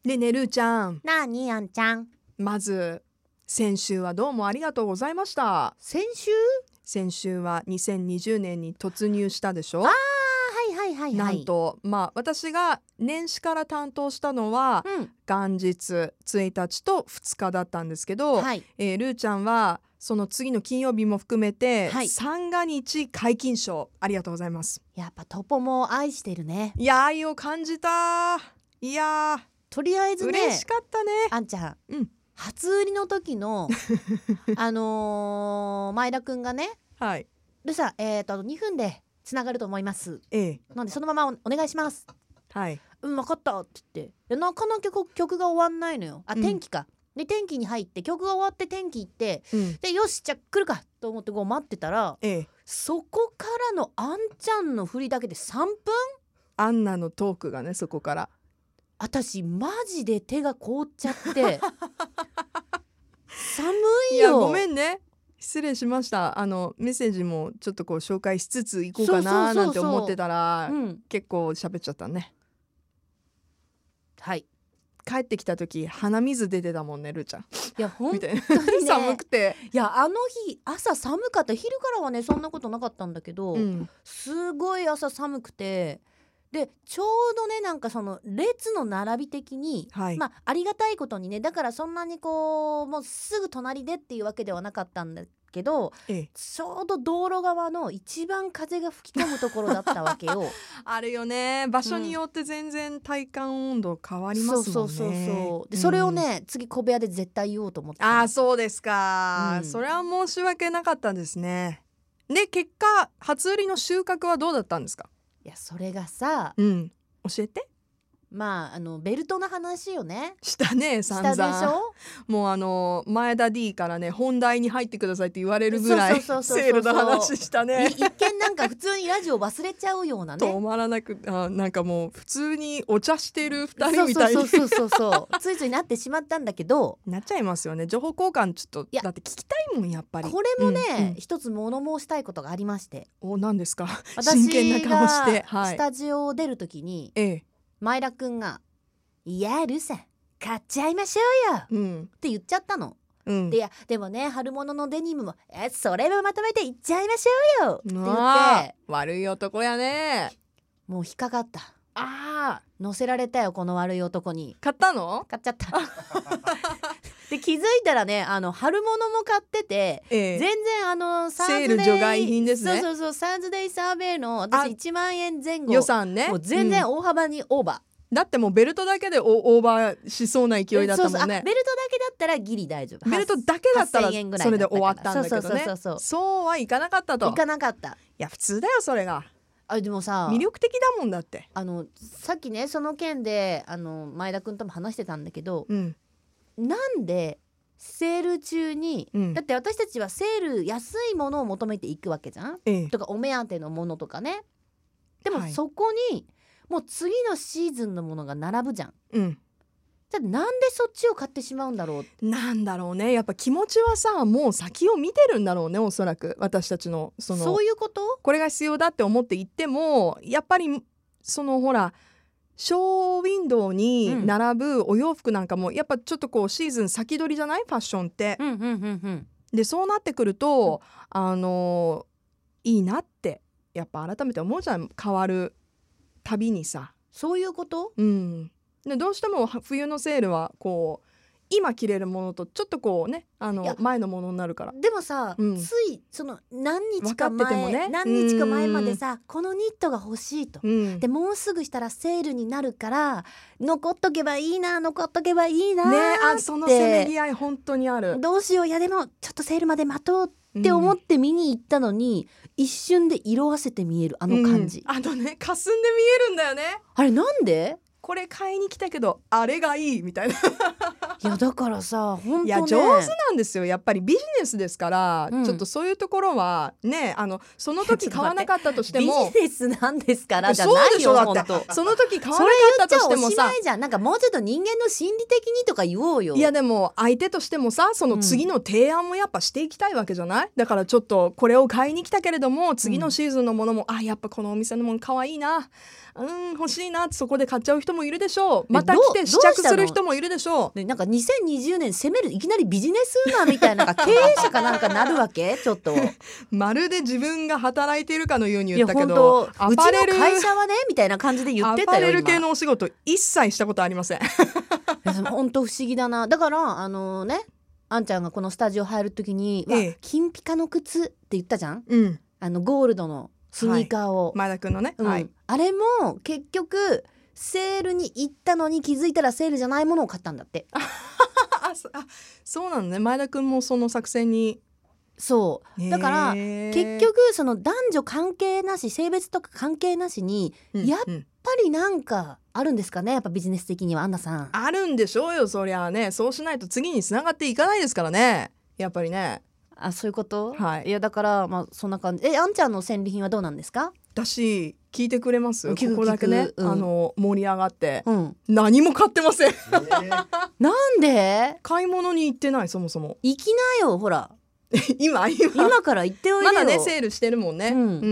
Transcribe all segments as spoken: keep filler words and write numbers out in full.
でねるーちゃん、 なあにあんちゃん、 まず先週はどうもありがとうございました。 先週先週はにせんにじゅうねんに突入したでしょ。 あーはいはいはいはい。 なんとまあ私が年始から担当したのはうん元日ついたちとふつかだったんですけど、 はいえー、るーちゃんはその次の金曜日も含めて、 はい三が日解禁賞ありがとうございます。 やっぱトポも愛してるね。 いや愛を感じた。いやとりあえずね嬉しかったね。 あんちゃん、 うん、 初売りの時のあのー、前田くんがねはいでさえーとにふんでつながると思いますええなんでそのまま お, お願いしますはいうん分かったって言ってでなかなか曲曲が終わんないのよ。あ、 うん天気かで天気に入って曲が終わって天気行ってうんでよしじゃあ来るかと思ってこう待ってたらええそこからのあんちゃんの振りだけでさんぷん。 アンナのトークがねそこから私マジで手が凍っちゃって寒いよ。 いやごめんね失礼しました。あのメッセージもちょっとこう紹介しつつ行こうかななんて思ってたら、 うん、 結構喋っちゃったね。 はい帰ってきた時鼻水出てたもんねるーちゃんいや本みたいな当にね寒くて、 いやあの日朝寒かった。昼からはねそんなことなかったんだけど、 うん、 すごい朝寒くてでちょうどねなんかその列の並び的に、 はいまあありがたいことにねだからそんなにこうもうすぐ隣でっていうわけではなかったんだけどええ、 ちょうど道路側の一番風が吹き込むところだったわけよあるよね場所によって全然体感温度変わりますもんね。 そうそうそうそうで、うん、それをね次小部屋で絶対言おうと思って。 ああそうですか、 うん、 それは申し訳なかったですね。で結果初売りの収穫はどうだったんですか。 いやそれがさ、 うん、教えて。 まああのベルトの話よね。 したね散々。 したでしょ。 もうあの前田 D からね本題に入ってくださいって言われるぐらいセールの話したね。 一見なんか普通にラジオ忘れちゃうようなね止まらなくあなんかもう普通にお茶してるふたりみたいにそうそうそうそうそうついついなってしまったんだけどなっちゃいますよね。情報交換ちょっとだって聞きたいもんやっぱり。 これもね、 うんうん、 一つ物申したいことがありまして。 お何ですか。 真剣な顔して、 はい、スタジオを出るときに、 ええ、 前田くんがいやルさん買っちゃいましょうよ、うん、って言っちゃったの、うん、でいやでもね春物のデニムもえそれもまとめていっちゃいましょうよって言って悪い男やね。 もう引っかかった。 あ乗せられたよこの悪い男に。 買ったの。 買っちゃったで気づいたらねあの春物も買ってて、ええ、全然あのサーズデイセール除外品ですね。 そうそうそうサーズデイサーベイの私いちまんえんぜん後予算ね。 もう全然大幅にオーバー、 うん、だってもうベルトだけでオーバーしそうな勢いだったもんね。そうそうベルトだけだったらギリ大丈夫。 ベルトだけだったらそれで終わったんだけどね。 そうそうそうそうそうはいかなかったと。 いかなかった。いや普通だよそれが。 あでもさ魅力的だもんだって。 あのさっきねその件であの前田くんとも話してたんだけど、うん、なんでセール中に、うん、だって私たちはセール安いものを求めていくわけじゃん、ええ、とかお目当てのものとかね。でもそこに、はい、もう次のシーズンのものが並ぶじゃん、うん、じゃあなんでそっちを買ってしまうんだろう。 なんだろうねやっぱ気持ちはさもう先を見てるんだろうねおそらく私たちのそのそういうことこれが必要だって思って言ってもやっぱりそのほらショーウィンドウに並ぶお洋服なんかもやっぱちょっとこうシーズン先取りじゃないファッションって、うんうんうんうん、でそうなってくると、うん、あのいいなってやっぱ改めて思うじゃん変わるたびにさ。 そういうこと、 うん、でどうしても冬のセールはこう今着れるものとちょっとこうねあの前のものになるから。 でもさ、うん、ついその何日か前、ね、何日か前までさこのニットが欲しいと、うん、でもうすぐしたらセールになるから残っとけばいいな残っとけばいいなって、ね、 あそのせめぎ合い本当にある。 どうしよういやでもちょっとセールまで待とうって思って見に行ったのに、うん、一瞬で色あせて見えるあの感じ、 うん、あのね霞んで見えるんだよね。 あれなんでこれ買いに来たけどあれがいいみたいないやだからさ本当ねいや上手なんですよやっぱりビジネスですから、うん、ちょっとそういうところはねあのその時買わなかったとしてもビジネスなんですからじゃないよ本当その時買わなかったとしてもさそれ言っちゃおしまいじゃん。なんかもうちょっと人間の心理的にとか言おうよ。 いやでも相手としてもさその次の提案もやっぱしていきたいわけじゃない、うん、だからちょっとこれを買いに来たけれども次のシーズンのものも、うん、あやっぱこのお店のもの可愛いなうん欲しいなってそこで買っちゃう人人もいるでしょう。また来て試着する人もいるでしょう。 ね、なんかにせんにじゅうねん攻めるいきなりビジネスウーマンみたいな経営者かなんかなるわけちょっとまるで自分が働いているかのように言ったけど、アパレルうちの会社はねみたいな感じで言ってたよ。 アパレル系のお仕事一切したことありません本当不思議だな。だからあのね、あんちゃんがこのスタジオ入る時に、ええ、金ピカの靴って言ったじゃん、うん、あのゴールドのスニーカーを、はい、 前田くんのね、 うんはい、 あれも結局セールに行ったのに気づいたらセールじゃないものを買ったんだってああ、そうなのね。前田くんもその作戦に。 そうだから結局その男女関係なし、性別とか関係なしに、うん、やっぱりなんかあるんですかね、やっぱビジネス的には。アンナさんあるんでしょうよ、そりゃね。そうしないと次につながっていかないですからね、やっぱりね。 あ、そういうこと、 はい、 いやだからまあそんな感じ。え、あんちゃんの戦利品はどうなんですか？ 私聞いてくれます？ここだけね、うん、あの盛り上がって、うん、何も買ってません、えー、 なんで？ 買い物に行ってない。そもそも行きなよ、ほら今今今から行っておいでよ。 まだねセールしてるもんね、うんうん、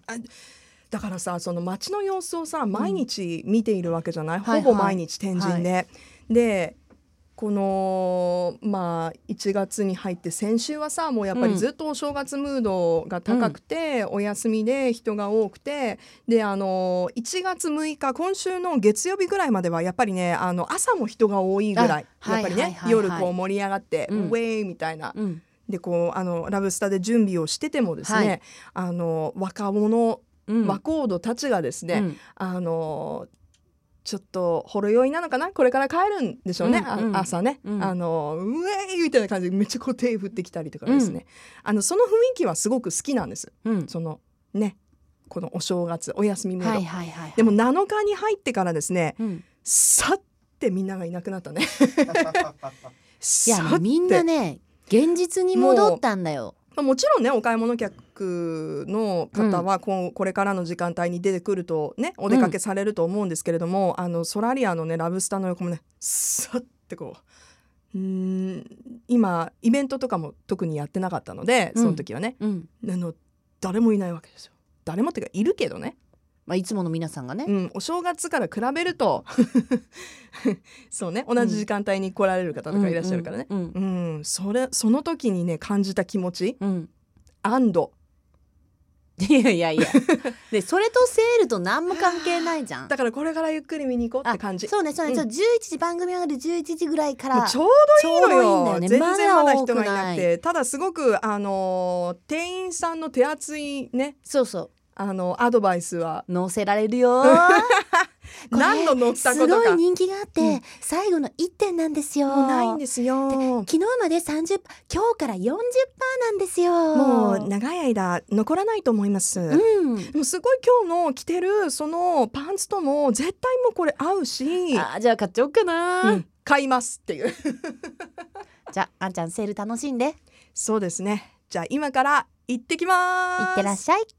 あだからさ、その街の様子をさ毎日見ているわけじゃない、うん、ほぼ毎日天神で、はいはい、でこのまあいちがつに入って先週はさもうやっぱりずっとお正月ムードが高くて、うん、お休みで人が多くて、であのいちがつむいか今週の月曜日ぐらいまではやっぱりね、あの朝も人が多いぐらいやっぱりね、はいはいはいはい、夜こう盛り上がって、うん、ウェイみたいな、うんでこうあのラブスタで準備をしててもですね、はい、あの若者、うん、若人たちがですね、うん、あのちょっとほろ酔いなのかな、これから帰るんでしょうね、うんうん、朝ね、うん、あのウェイみたいな感じでめっちゃこう手振ってきたりとかですね、うん、あのその雰囲気はすごく好きなんです、うん、そのねこのお正月お休みムード、はいはいはいはい、でもなのかに入ってからですね、うん、さってみんながいなくなったねいやみんなね現実に戻ったんだよ。 も, もちろんねお買い物客の方は こ,、うん、これからの時間帯に出てくるとねお出かけされると思うんですけれども、うん、あのソラリアのねラブスタの横もねさってこう、うーん今イベントとかも特にやってなかったのでその時はね、うんうん、あの誰もいないわけですよ。誰もっていうかいるけどね、 まあ、いつもの皆さんがね、 うん、お正月から比べるとそうね同じ時間帯に来られる方とかいらっしゃるからね、うんうんうん、それその時にね感じた気持ち、うん、安堵。 いやいやいやでそれとセールと何も関係ないじゃん。 だからこれからゆっくり見に行こうって感じ。 そうねそうね、うん、じゅういちじ番組上がるじゅういちじぐらいからちょうどいいのよ。ちょうどいいんだよね。全然まだ人がいなくて、ただすごくあのー、店員さんの手厚いね、 そうそうあのアドバイスは載せられるよ何度乗ったことかすごい人気があって、うん、最後のいってんなんですよ。 もうないんですよ。 昨日まで さんじゅっパーセント 今日から よんじゅっパーセント なんですよ。 もう長い間残らないと思います、うん、でもすごい今日の着てるそのパンツとも絶対もうこれ合うし、 あじゃあ買っちゃおうかな、うん、 買いますっていうじゃああんちゃんセール楽しんで。 そうですね。じゃあ今から行ってきます。 行ってらっしゃい。